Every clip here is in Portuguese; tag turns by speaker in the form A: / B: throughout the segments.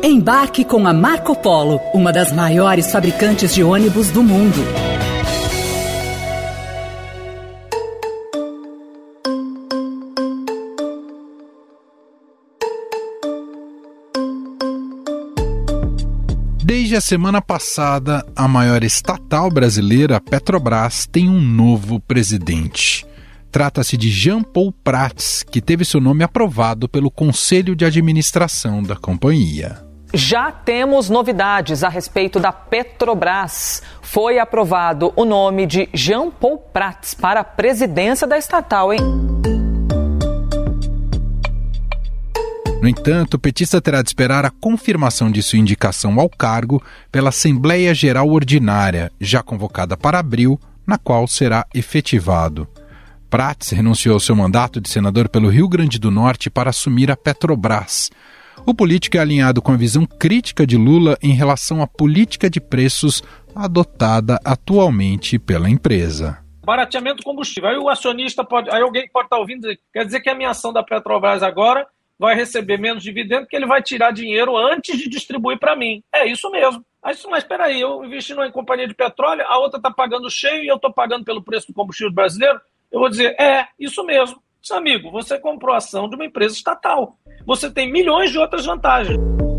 A: Embarque com a Marco Polo, uma das maiores fabricantes de ônibus do mundo.
B: Desde a semana passada, a maior estatal brasileira, a Petrobras, tem um novo presidente. Trata-se de Jean Paul Prats, que teve seu nome aprovado pelo Conselho de Administração da companhia.
C: Já temos novidades a respeito da Petrobras. Foi aprovado o nome de Jean Paul Prats para a presidência da estatal, hein?
B: No entanto, o petista terá de esperar a confirmação de sua indicação ao cargo pela Assembleia Geral Ordinária, já convocada para abril, na qual será efetivado. Prats renunciou ao seu mandato de senador pelo Rio Grande do Norte para assumir a Petrobras. O político é alinhado com a visão crítica de Lula em relação à política de preços adotada atualmente pela empresa.
D: Barateamento do combustível. Aí o acionista pode... Aí alguém pode estar ouvindo dizer, quer dizer que a minha ação da Petrobras agora vai receber menos dividendo porque ele vai tirar dinheiro antes de distribuir para mim. É isso mesmo. Mas espera aí, eu investi numa companhia de petróleo, a outra está pagando cheio e eu estou pagando pelo preço do combustível brasileiro? Eu vou dizer, isso mesmo. Seu amigo, você comprou ação de uma empresa estatal. Você tem milhões de outras vantagens.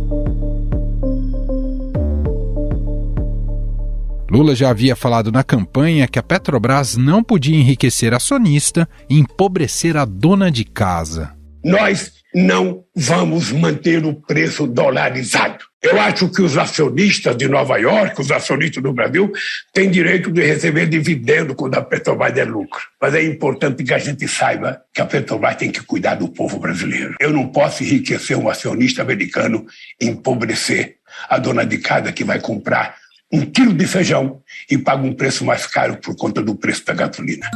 B: Lula já havia falado na campanha que a Petrobras não podia enriquecer acionista e empobrecer a dona de casa.
E: Nós não vamos manter o preço dolarizado. Eu acho que os acionistas de Nova York, os acionistas do Brasil, têm direito de receber dividendo quando a Petrobras der lucro. Mas é importante que a gente saiba que a Petrobras tem que cuidar do povo brasileiro. Eu não posso enriquecer um acionista americano e empobrecer a dona de casa que vai comprar 1 quilo de feijão e paga um preço mais caro por conta do preço da gasolina.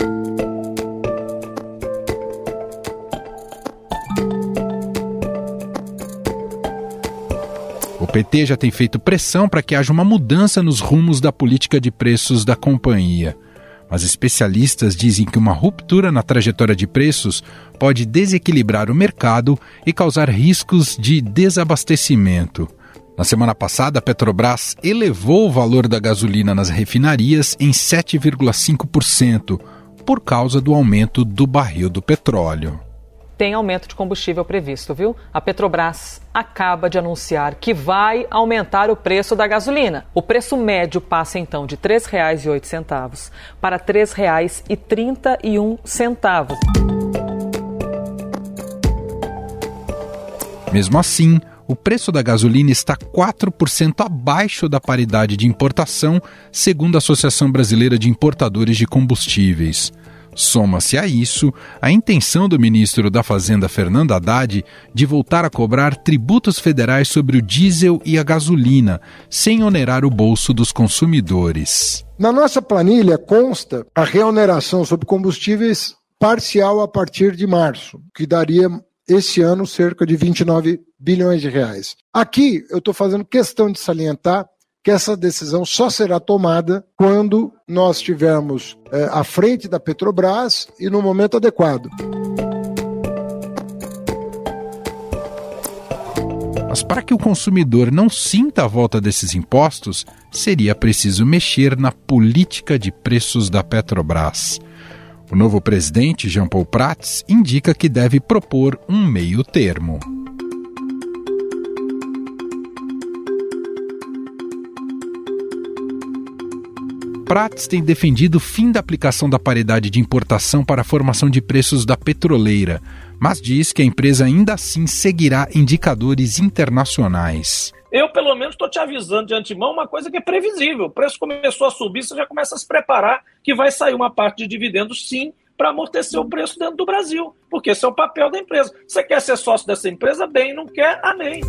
B: O PT já tem feito pressão para que haja uma mudança nos rumos da política de preços da companhia. Mas especialistas dizem que uma ruptura na trajetória de preços pode desequilibrar o mercado e causar riscos de desabastecimento. Na semana passada, a Petrobras elevou o valor da gasolina nas refinarias em 7,5%, por causa do aumento do barril do petróleo.
C: Tem aumento de combustível previsto, viu? A Petrobras acaba de anunciar que vai aumentar o preço da gasolina. O preço médio passa então de R$ 3,08 para R$ 3,31.
B: Mesmo assim, o preço da gasolina está 4% abaixo da paridade de importação, segundo a Associação Brasileira de Importadores de Combustíveis. Soma-se a isso a intenção do ministro da Fazenda, Fernando Haddad, de voltar a cobrar tributos federais sobre o diesel e a gasolina, sem onerar o bolso dos consumidores.
F: Na nossa planilha consta a reoneração sobre combustíveis parcial a partir de março, que daria esse ano cerca de 29 bilhões de reais. Aqui eu estou fazendo questão de salientar que essa decisão só será tomada quando nós estivermos à frente da Petrobras e no momento adequado.
B: Mas para que o consumidor não sinta a volta desses impostos, seria preciso mexer na política de preços da Petrobras. O novo presidente, Jean Paul Prats, indica que deve propor um meio termo. Prats tem defendido o fim da aplicação da paridade de importação para a formação de preços da petroleira, mas diz que a empresa ainda assim seguirá indicadores internacionais.
D: Eu, pelo menos, estou te avisando de antemão uma coisa que é previsível. O preço começou a subir, você já começa a se preparar que vai sair uma parte de dividendos, sim, para amortecer o preço dentro do Brasil, porque esse é o papel da empresa. Você quer ser sócio dessa empresa? Bem, não quer? Amém.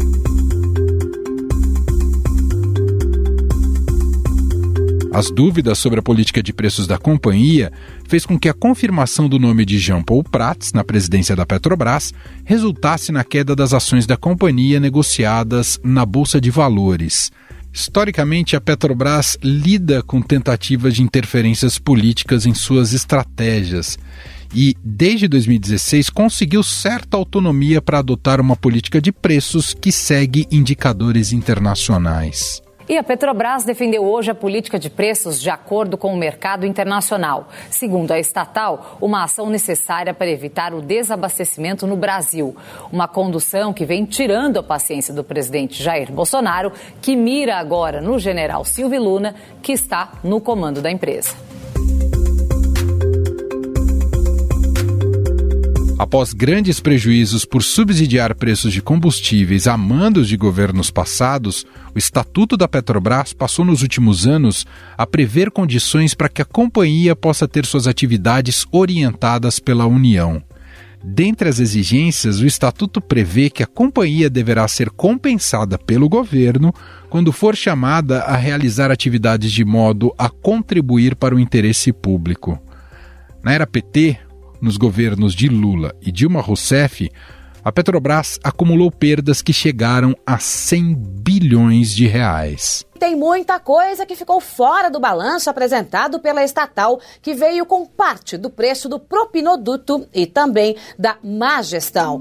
B: As dúvidas sobre a política de preços da companhia fez com que a confirmação do nome de Jean Paul Prats na presidência da Petrobras resultasse na queda das ações da companhia negociadas na Bolsa de Valores. Historicamente, a Petrobras lida com tentativas de interferências políticas em suas estratégias. e, desde 2016, conseguiu certa autonomia para adotar uma política de preços que segue indicadores internacionais.
G: E a Petrobras defendeu hoje a política de preços de acordo com o mercado internacional. Segundo a estatal, uma ação necessária para evitar o desabastecimento no Brasil. Uma condução que vem tirando a paciência do presidente Jair Bolsonaro, que mira agora no general Silvio Luna, que está no comando da empresa.
B: Após grandes prejuízos por subsidiar preços de combustíveis a mandos de governos passados, o Estatuto da Petrobras passou nos últimos anos a prever condições para que a companhia possa ter suas atividades orientadas pela União. Dentre as exigências, o Estatuto prevê que a companhia deverá ser compensada pelo governo quando for chamada a realizar atividades de modo a contribuir para o interesse público. Na era PT, nos governos de Lula e Dilma Rousseff, a Petrobras acumulou perdas que chegaram a 100 bilhões de reais.
H: Tem muita coisa que ficou fora do balanço apresentado pela estatal, que veio com parte do preço do propinoduto e também da má gestão.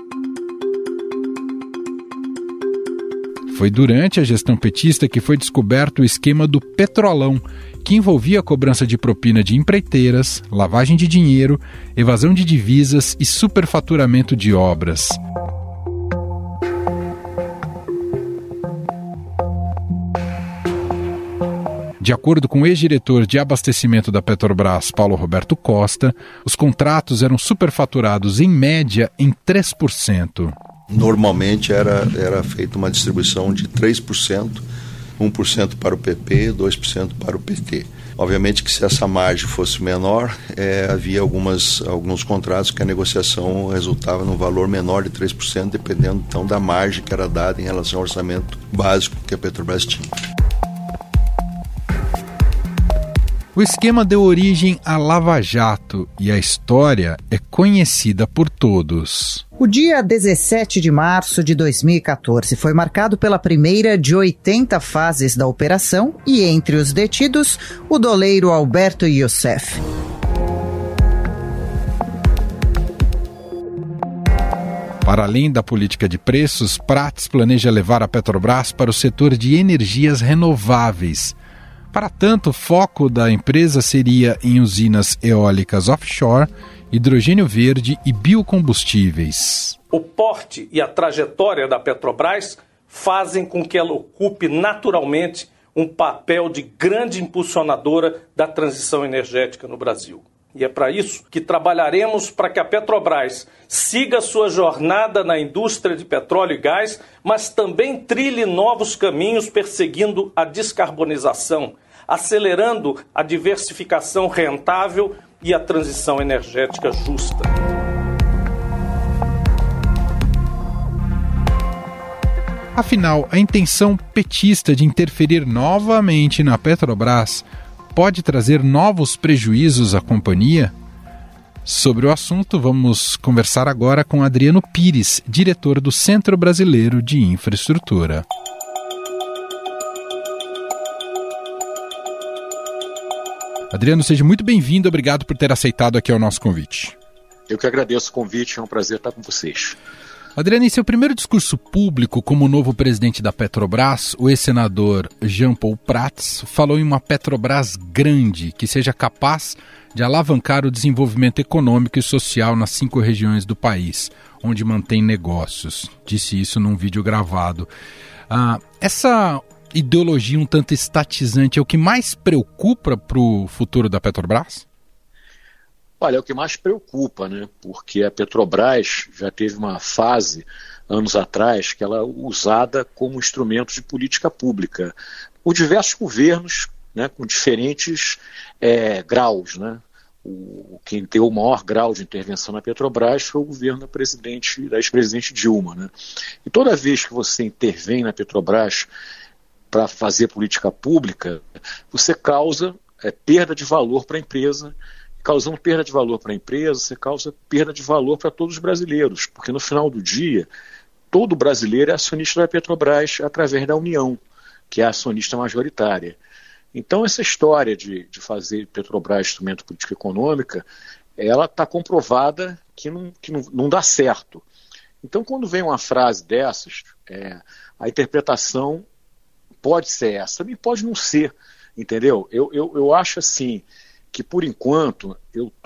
B: Foi durante a gestão petista que foi descoberto o esquema do Petrolão, que envolvia a cobrança de propina de empreiteiras, lavagem de dinheiro, evasão de divisas e superfaturamento de obras. De acordo com o ex-diretor de abastecimento da Petrobras, Paulo Roberto Costa, os contratos eram superfaturados em média em 3%.
I: Normalmente era feita uma distribuição de 3%, 1% para o PP, 2% para o PT. Obviamente que se essa margem fosse menor, havia alguns contratos que a negociação resultava num valor menor de 3%, dependendo então da margem que era dada em relação ao orçamento básico que a Petrobras tinha.
B: O esquema deu origem à Lava Jato e a história é conhecida por todos.
J: O dia 17 de março de 2014 foi marcado pela primeira de 80 fases da operação e, entre os detidos, o doleiro Alberto Youssef.
B: Para além da política de preços, Prats planeja levar a Petrobras para o setor de energias renováveis. Para tanto, o foco da empresa seria em usinas eólicas offshore, hidrogênio verde e biocombustíveis.
D: O porte e a trajetória da Petrobras fazem com que ela ocupe naturalmente um papel de grande impulsionadora da transição energética no Brasil. E é para isso que trabalharemos para que a Petrobras siga sua jornada na indústria de petróleo e gás, mas também trilhe novos caminhos perseguindo a descarbonização, acelerando a diversificação rentável e a transição energética justa.
B: Afinal, a intenção petista de interferir novamente na Petrobras pode trazer novos prejuízos à companhia? Sobre o assunto, vamos conversar agora com Adriano Pires, diretor do Centro Brasileiro de Infraestrutura. Adriano, seja muito bem-vindo, obrigado por ter aceitado aqui o nosso convite.
K: Eu que agradeço o convite, é um prazer estar com vocês.
B: Adriano, em seu primeiro discurso público como novo presidente da Petrobras, o ex-senador Jean Paul Prats falou em uma Petrobras grande, que seja capaz de alavancar o desenvolvimento econômico e social nas 5 regiões do país, onde mantém negócios. Disse isso num vídeo gravado. Essa ideologia um tanto estatizante é o que mais preocupa para o futuro da Petrobras?
K: Olha, é o que mais preocupa, né? Porque a Petrobras já teve uma fase, anos atrás, que ela é usada como instrumento de política pública por diversos governos, né, com diferentes graus, né? Quem deu o maior grau de intervenção na Petrobras foi o governo da ex-presidente Dilma, né? E toda vez que você intervém na Petrobras para fazer política pública, você causa perda de valor para a empresa. Causando perda de valor para a empresa, você causa perda de valor para todos os brasileiros, porque no final do dia, todo brasileiro é acionista da Petrobras através da União, que é a acionista majoritária. Então essa história de fazer Petrobras instrumento de política econômica ela está comprovada que não dá certo. Então, quando vem uma frase dessas, a interpretação pode ser essa, também pode não ser, entendeu? Eu acho assim, que por enquanto,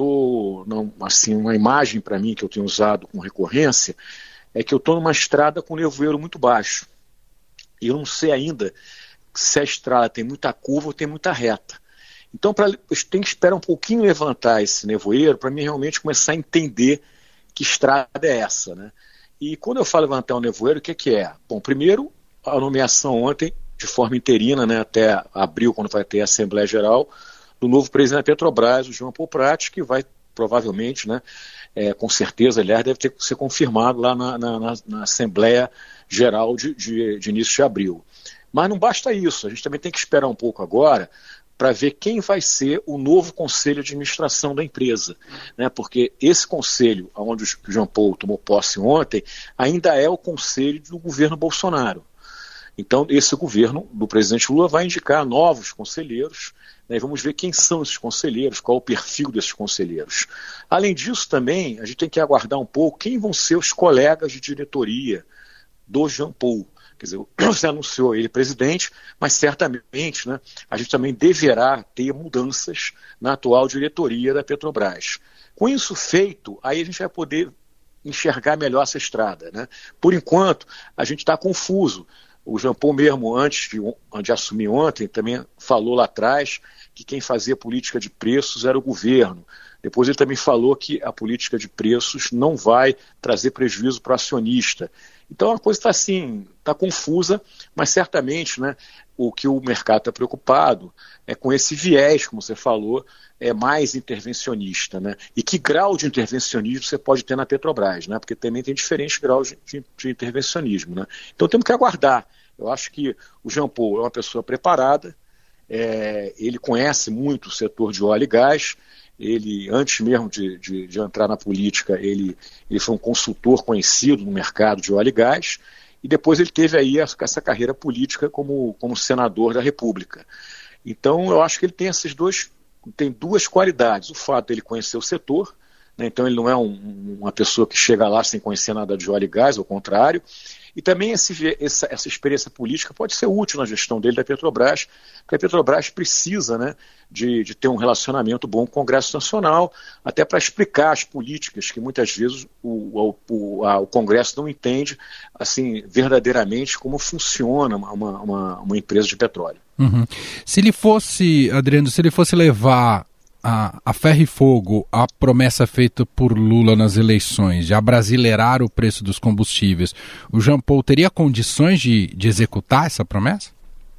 K: uma imagem para mim que eu tenho usado com recorrência, é que eu estou numa estrada com nevoeiro muito baixo. E eu não sei ainda se a estrada tem muita curva ou tem muita reta. Então, eu tenho que esperar um pouquinho levantar esse nevoeiro para mim realmente começar a entender que estrada é essa, né? E quando eu falo levantar o nevoeiro, o que é? Bom, primeiro, a nomeação ontem, de forma interina, né, até abril, quando vai ter a Assembleia Geral, do novo presidente da Petrobras, o Jean Paul Prat, que vai provavelmente, né, com certeza, aliás, deve ter que ser confirmado lá na Assembleia Geral de início de abril. Mas não basta isso, a gente também tem que esperar um pouco agora para ver quem vai ser o novo conselho de administração da empresa, né? Porque esse conselho, onde o Jean Paul tomou posse ontem, ainda é o conselho do governo Bolsonaro. Então, esse governo do presidente Lula vai indicar novos conselheiros, né? Vamos ver quem são esses conselheiros, qual é o perfil desses conselheiros. Além disso, também, a gente tem que aguardar um pouco quem vão ser os colegas de diretoria do Jean Paul. Quer dizer, você anunciou ele presidente, mas certamente, né, a gente também deverá ter mudanças na atual diretoria da Petrobras. Com isso feito, aí a gente vai poder enxergar melhor essa estrada, né? Por enquanto, a gente está confuso. O Jean Paul mesmo, antes de assumir ontem, também falou lá atrás que quem fazia política de preços era o governo. Depois ele também falou que a política de preços não vai trazer prejuízo para o acionista. Então a coisa está assim, está confusa, mas certamente, né, o que o mercado está preocupado é com esse viés, como você falou, mais intervencionista, né? E que grau de intervencionismo você pode ter na Petrobras, né? Porque também tem diferentes graus de intervencionismo, né? Então temos que aguardar. Eu acho que o Jean Paul é uma pessoa preparada, ele conhece muito o setor de óleo e gás. Ele, antes mesmo de entrar na política, ele foi um consultor conhecido no mercado de óleo e gás, e depois ele teve aí essa carreira política como senador da República. Então, eu acho que ele tem duas qualidades. O fato de ele conhecer o setor, né, então ele não é uma pessoa que chega lá sem conhecer nada de óleo e gás, ao contrário. E também essa experiência política pode ser útil na gestão dele da Petrobras, porque a Petrobras precisa, né, de ter um relacionamento bom com o Congresso Nacional, até para explicar as políticas que muitas vezes o Congresso não entende assim, verdadeiramente como funciona uma empresa de petróleo.
B: Uhum. Se ele fosse, Adriano, levar a ferro e fogo a promessa feita por Lula nas eleições de abrasileirar o preço dos combustíveis, o Jean Paul teria condições de executar essa promessa?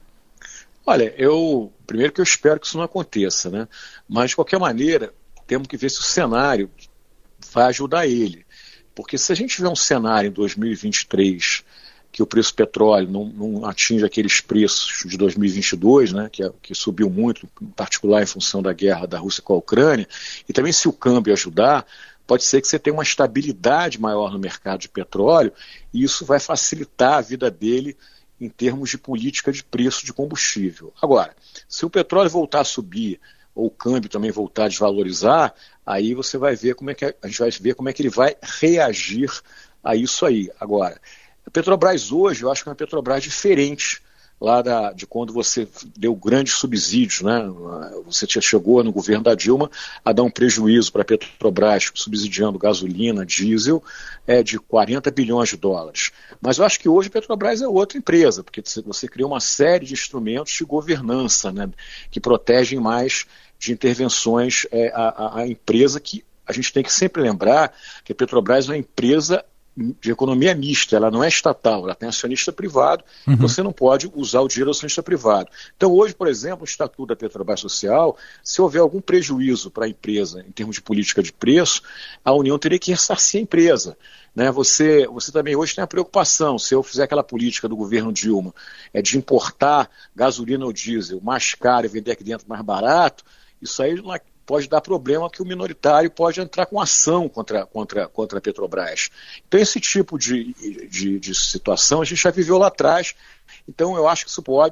K: Olha, primeiro que eu espero que isso não aconteça, né? Mas de qualquer maneira, temos que ver se o cenário vai ajudar ele. Porque se a gente tiver um cenário em 2023 que o preço do petróleo não atinge aqueles preços de 2022, né, que subiu muito, em particular em função da guerra da Rússia com a Ucrânia, e também se o câmbio ajudar, pode ser que você tenha uma estabilidade maior no mercado de petróleo, e isso vai facilitar a vida dele em termos de política de preço de combustível. Agora, se o petróleo voltar a subir, ou o câmbio também voltar a desvalorizar, aí você vai ver a gente vai ver como é que ele vai reagir a isso aí. Agora, a Petrobras hoje, eu acho que é uma Petrobras diferente lá de quando você deu grandes subsídios, né? Você chegou no governo da Dilma a dar um prejuízo para a Petrobras, subsidiando gasolina, diesel, de 40 bilhões de dólares. Mas eu acho que hoje a Petrobras é outra empresa, porque você criou uma série de instrumentos de governança, né, que protegem mais de intervenções à empresa, que a gente tem que sempre lembrar que a Petrobras é uma empresa de economia mista, ela não é estatal, ela tem acionista privado, você não pode usar o dinheiro do acionista privado. Então hoje, por exemplo, o Estatuto da Petrobras Social, se houver algum prejuízo para a empresa em termos de política de preço, a União teria que ressarcir a empresa, né? Você também hoje tem a preocupação, se eu fizer aquela política do governo Dilma, de importar gasolina ou diesel mais caro e vender aqui dentro mais barato, isso aí pode dar problema, que o minoritário pode entrar com ação contra a Petrobras. Então esse tipo de situação a gente já viveu lá atrás, então eu acho que isso pode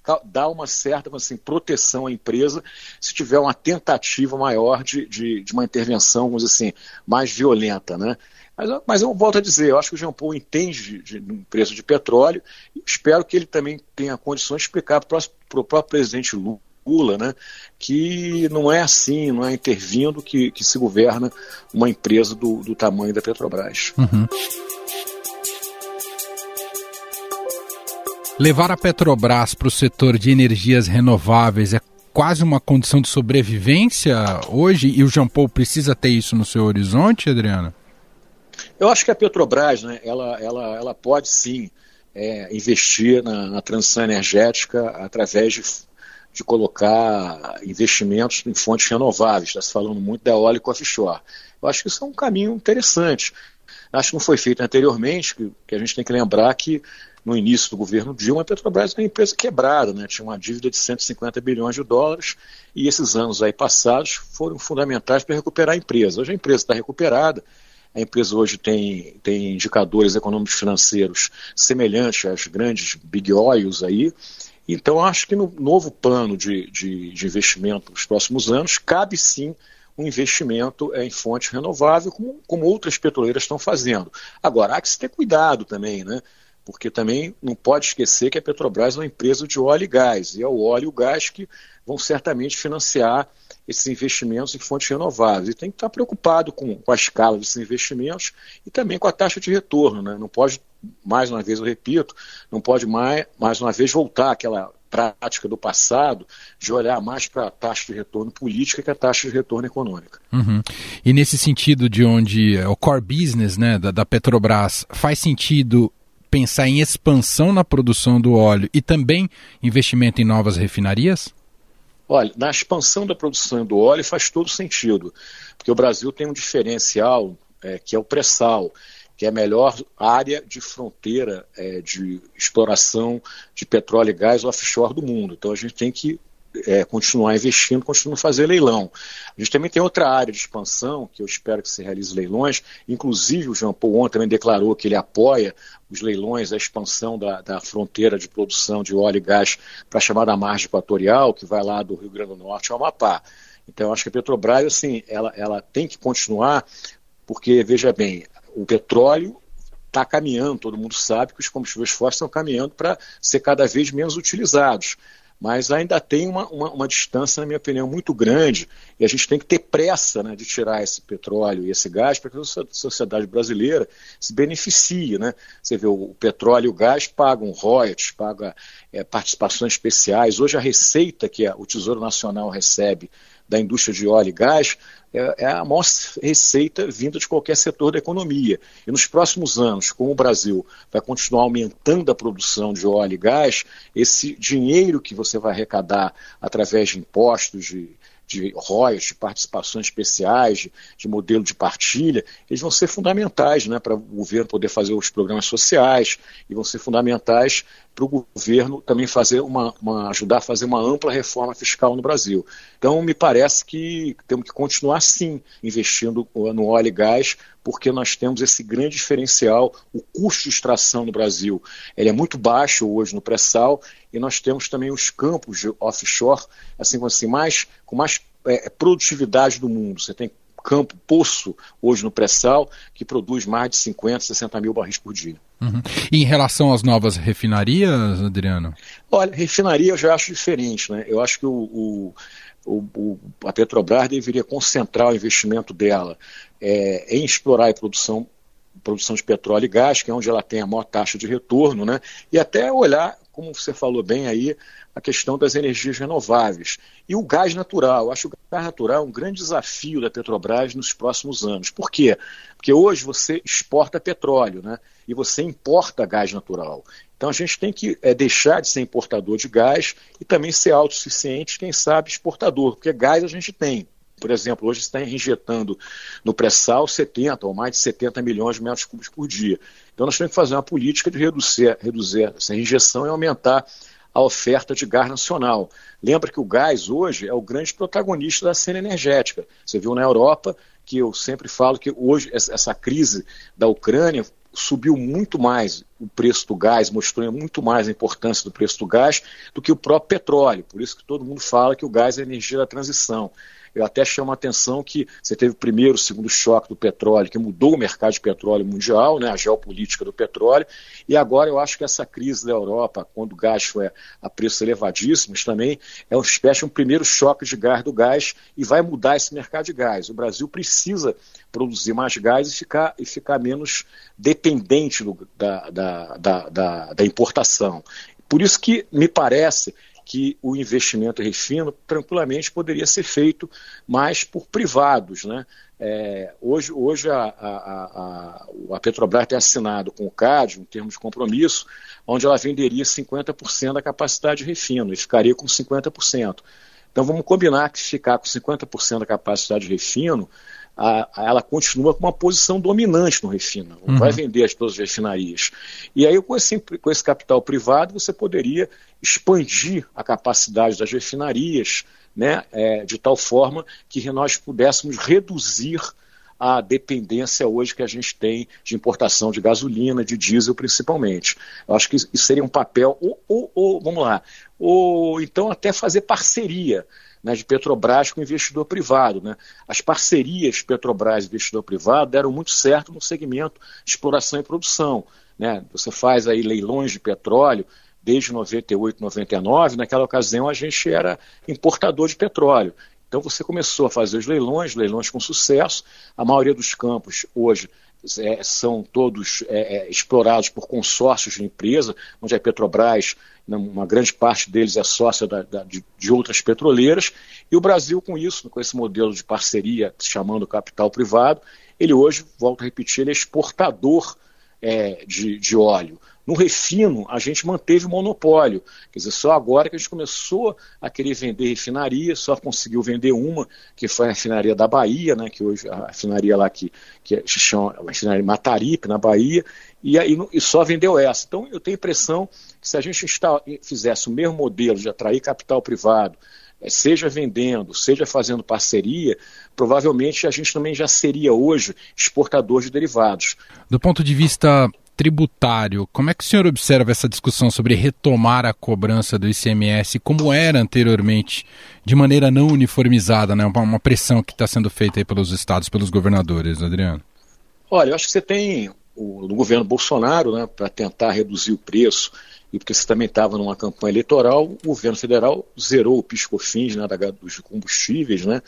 K: dar uma certa proteção à empresa se tiver uma tentativa maior de uma intervenção, vamos dizer assim, mais violenta, né? Mas eu volto a dizer, eu acho que o Jean Paul entende de preço de petróleo e espero que ele também tenha condições de explicar para o próprio presidente Lula, né, que não é assim, não é intervindo que se governa uma empresa do tamanho da Petrobras.
B: Uhum. Levar a Petrobras para o setor de energias renováveis é quase uma condição de sobrevivência hoje e o Jean Paul precisa ter isso no seu horizonte, Adriano?
K: Eu acho que a Petrobras, né, ela pode sim investir na transição energética através de colocar investimentos em fontes renováveis. Está se falando muito da eólica offshore. Eu acho que isso é um caminho interessante. Acho que não foi feito anteriormente, que a gente tem que lembrar que no início do governo Dilma, a Petrobras era uma empresa quebrada, né? Tinha uma dívida de 150 bilhões de dólares e esses anos aí passados foram fundamentais para recuperar a empresa. Hoje a empresa está recuperada. A empresa hoje tem indicadores econômicos financeiros semelhantes às grandes big oils aí. Então, acho que no novo plano de investimento nos próximos anos, cabe sim um investimento em fontes renováveis, como outras petroleiras estão fazendo. Agora, há que se ter cuidado também, né? Porque também não pode esquecer que a Petrobras é uma empresa de óleo e gás, e é o óleo e o gás que vão certamente financiar esses investimentos em fontes renováveis. E tem que estar preocupado com a escala desses investimentos e também com a taxa de retorno, né? Não pode, mais uma vez eu repito, não pode mais uma vez voltar àquela prática do passado de olhar mais para a taxa de retorno política que a taxa de retorno econômica.
B: Uhum. E nesse sentido de onde o core business, né, da Petrobras, faz sentido pensar em expansão na produção do óleo e também investimento em novas refinarias?
K: Olha, na expansão da produção do óleo faz todo sentido, porque o Brasil tem um diferencial que é o pré-sal, que é a melhor área de fronteira de exploração de petróleo e gás offshore do mundo. Então a gente tem que continuar investindo, continuar a fazer leilão. A gente também tem outra área de expansão, que eu espero que se realize leilões, inclusive o Jean Paul ontem também declarou que ele apoia os leilões, a expansão da fronteira de produção de óleo e gás para a chamada margem equatorial, que vai lá do Rio Grande do Norte ao Amapá. Então eu acho que a Petrobras, assim, ela tem que continuar, porque, veja bem, o petróleo está caminhando, todo mundo sabe que os combustíveis fósseis estão caminhando para ser cada vez menos utilizados. Mas ainda tem uma distância, na minha opinião, muito grande, e a gente tem que ter pressa, né, de tirar esse petróleo e esse gás para que a sociedade brasileira se beneficie, né? Você vê, o petróleo e o gás pagam royalties, pagam participações especiais. Hoje a receita que o Tesouro Nacional recebe da indústria de óleo e gás é a maior receita vinda de qualquer setor da economia. E nos próximos anos, como o Brasil vai continuar aumentando a produção de óleo e gás, esse dinheiro que você vai arrecadar através de impostos, de royalties, de participações especiais, de modelo de partilha, eles vão ser fundamentais, né, para o governo poder fazer os programas sociais e vão ser fundamentais para o governo também fazer ajudar a fazer uma ampla reforma fiscal no Brasil. Então, me parece que temos que continuar, sim, investindo no óleo e gás, porque nós temos esse grande diferencial. O custo de extração no Brasil ele é muito baixo hoje no pré-sal, e nós temos também os campos de offshore com mais produtividade do mundo. Você tem poço hoje no pré-sal que produz mais de 50, 60 mil barris por dia.
B: Uhum. E em relação às novas refinarias, Adriano?
K: Olha, refinaria eu já acho diferente, né? Eu acho que a Petrobras deveria concentrar o investimento dela em explorar a produção de petróleo e gás, que é onde ela tem a maior taxa de retorno, né? E até olhar, como você falou bem aí, a questão das energias renováveis. E o gás natural. Eu acho que o gás natural é um grande desafio da Petrobras nos próximos anos. Por quê? Porque hoje você exporta petróleo, né? E você importa gás natural. Então a gente tem que deixar de ser importador de gás e também ser autossuficiente, quem sabe exportador, porque gás a gente tem. Por exemplo, hoje está injetando no pré-sal 70 ou mais de 70 milhões de metros cúbicos por dia. Então nós temos que fazer uma política de reduzir essa injeção e aumentar a oferta de gás nacional. Lembra que o gás hoje é o grande protagonista da cena energética. Você viu na Europa, que eu sempre falo que hoje essa crise da Ucrânia subiu muito mais o preço do gás, mostrou muito mais a importância do preço do gás do que o próprio petróleo. Por isso que todo mundo fala que o gás é a energia da transição. Eu até chamo a atenção que você teve o primeiro, o segundo choque do petróleo, que mudou o mercado de petróleo mundial, né, a geopolítica do petróleo, e agora eu acho que essa crise da Europa, quando o gás foi a preços elevadíssimos, também é uma espécie de um primeiro choque de gás do gás e vai mudar esse mercado de gás. O Brasil precisa produzir mais gás e ficar menos dependente da importação. Por isso que me parece que o investimento em refino tranquilamente poderia ser feito mais por privados, né? Hoje a Petrobras tem assinado com o CAD um termo de compromisso onde ela venderia 50% da capacidade de refino e ficaria com 50%. Então vamos combinar que se ficar com 50% da capacidade de refino, ela continua com uma posição dominante no refino, não vai vender todas as refinarias. E aí com esse capital privado você poderia expandir a capacidade das refinarias, né, de tal forma que nós pudéssemos reduzir a dependência hoje que a gente tem de importação de gasolina, de diesel principalmente. Eu acho que isso seria um papel, ou então até fazer parceria, né, de Petrobras com investidor privado, né? As parcerias Petrobras e investidor privado deram muito certo no segmento de exploração e produção, né? Você faz aí leilões de petróleo desde 98, 99, naquela ocasião a gente era importador de petróleo. Então você começou a fazer os leilões com sucesso. A maioria dos campos hoje são todos explorados por consórcios de empresa, onde a Petrobras, uma grande parte deles é sócia de outras petroleiras, e o Brasil com isso, com esse modelo de parceria, chamando capital privado, ele hoje, volto a repetir, ele é exportador de óleo. No refino, a gente manteve o monopólio, quer dizer, só agora que a gente começou a querer vender refinaria, só conseguiu vender uma, que foi a refinaria da Bahia, né, que hoje a refinaria lá que se chama a refinaria Mataripe, na Bahia, e só vendeu essa. Então eu tenho a impressão que se a gente fizesse o mesmo modelo de atrair capital privado, seja vendendo, seja fazendo parceria, provavelmente a gente também já seria hoje exportador de derivados.
B: Do ponto de vista tributário, como é que o senhor observa essa discussão sobre retomar a cobrança do ICMS como era anteriormente, de maneira não uniformizada, né? Uma pressão que está sendo feita aí pelos estados, pelos governadores, Adriano?
K: Olha, eu acho que você tem no governo Bolsonaro, né, para tentar reduzir o preço, e porque você também estava numa campanha eleitoral, o governo federal zerou o PIS/COFINS, né, dos combustíveis, né,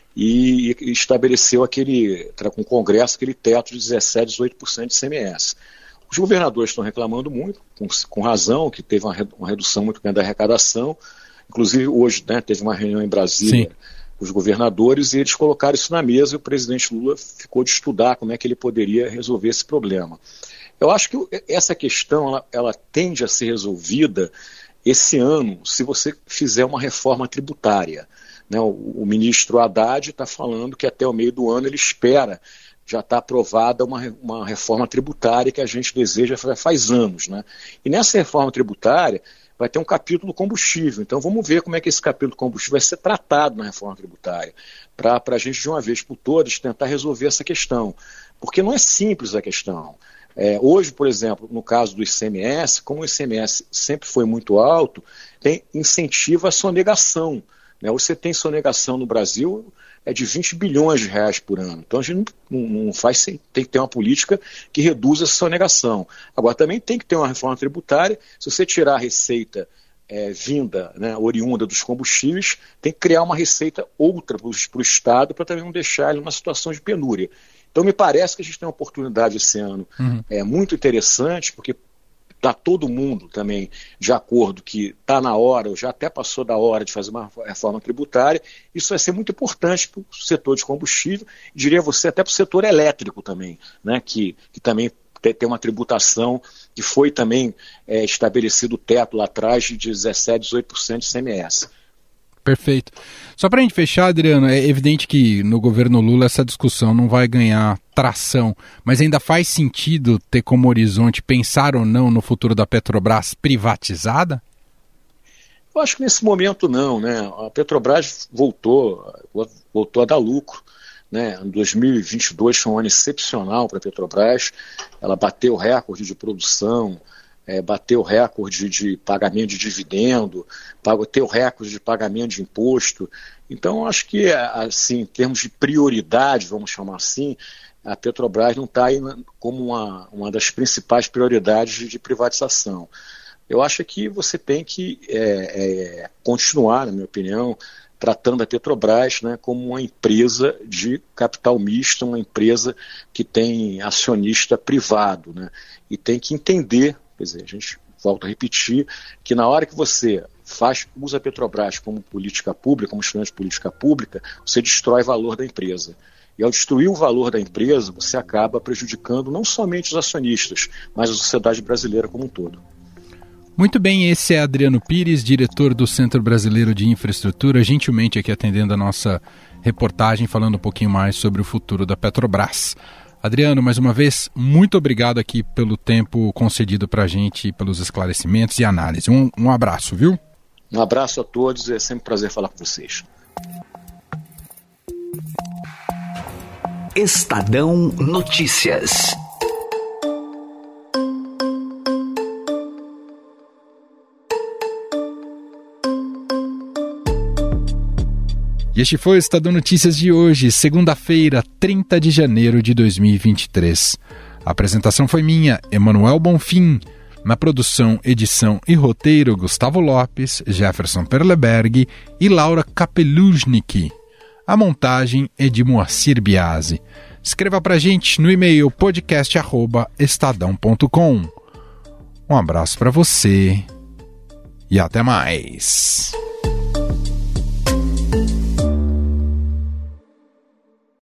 K: e estabeleceu com o Congresso aquele teto de 17%, 18% de ICMS. Os governadores estão reclamando muito, com razão, que teve uma redução muito grande da arrecadação. Inclusive hoje, né, teve uma reunião em Brasília com os governadores e eles colocaram isso na mesa e o presidente Lula ficou de estudar como é que ele poderia resolver esse problema. Eu acho que essa questão ela tende a ser resolvida esse ano se você fizer uma reforma tributária, né? O ministro Haddad está falando que até o meio do ano ele espera já está aprovada uma reforma tributária que a gente deseja faz anos, né? E nessa reforma tributária vai ter um capítulo combustível. Então vamos ver como é que esse capítulo combustível vai ser tratado na reforma tributária, para a gente de uma vez por todas tentar resolver essa questão. Porque não é simples a questão. Hoje, por exemplo, no caso do ICMS, como o ICMS sempre foi muito alto, tem incentivo à sonegação, né? Hoje você tem sonegação no Brasil de 20 bilhões de reais por ano. Então a gente não faz, tem que ter uma política que reduza essa sonegação. Agora também tem que ter uma reforma tributária. Se você tirar a receita vinda, né, oriunda dos combustíveis, tem que criar uma receita outra para o Estado para também não deixar ele numa situação de penúria. Então me parece que a gente tem uma oportunidade esse ano muito interessante, porque está todo mundo também de acordo que está na hora, ou já até passou da hora de fazer uma reforma tributária. Isso vai ser muito importante para o setor de combustível, diria você até para o setor elétrico também, né, que também tem uma tributação que foi também estabelecido o teto lá atrás de 17%, 18% de ICMS.
B: Perfeito. Só para a gente fechar, Adriano, é evidente que no governo Lula essa discussão não vai ganhar tração, mas ainda faz sentido ter como horizonte pensar ou não no futuro da Petrobras privatizada?
K: Eu acho que nesse momento não, né? A Petrobras voltou a dar lucro, né? 2022 foi um ano excepcional para a Petrobras, ela bateu recorde de produção, bateu recorde de pagamento de dividendo, bateu recorde de pagamento de imposto. Então, acho que, assim, em termos de prioridade, vamos chamar assim, a Petrobras não está aí como uma das principais prioridades de privatização. Eu acho que você tem que continuar, na minha opinião, tratando a Petrobras, né, como uma empresa de capital misto, uma empresa que tem acionista privado, né, e tem que entender, quer dizer, a gente volta a repetir, que na hora que você usa a Petrobras como política pública, como instrumento de política pública, você destrói o valor da empresa. E ao destruir o valor da empresa, você acaba prejudicando não somente os acionistas, mas a sociedade brasileira como um todo.
B: Muito bem, esse é Adriano Pires, diretor do Centro Brasileiro de Infraestrutura, gentilmente aqui atendendo a nossa reportagem, falando um pouquinho mais sobre o futuro da Petrobras. Adriano, mais uma vez, muito obrigado aqui pelo tempo concedido para a gente, pelos esclarecimentos e análise. Um abraço, viu?
K: Um abraço a todos, é sempre um prazer falar com vocês.
L: Estadão Notícias.
B: E este foi o Estadão Notícias de hoje, segunda-feira, 30 de janeiro de 2023. A apresentação foi minha, Emanuel Bonfim. Na produção, edição e roteiro, Gustavo Lopes, Jefferson Perleberg e Laura Kapeluznik. A montagem é de Moacir Biasi. Escreva pra gente no e-mail podcast@estadão.com. Um abraço para você e até mais.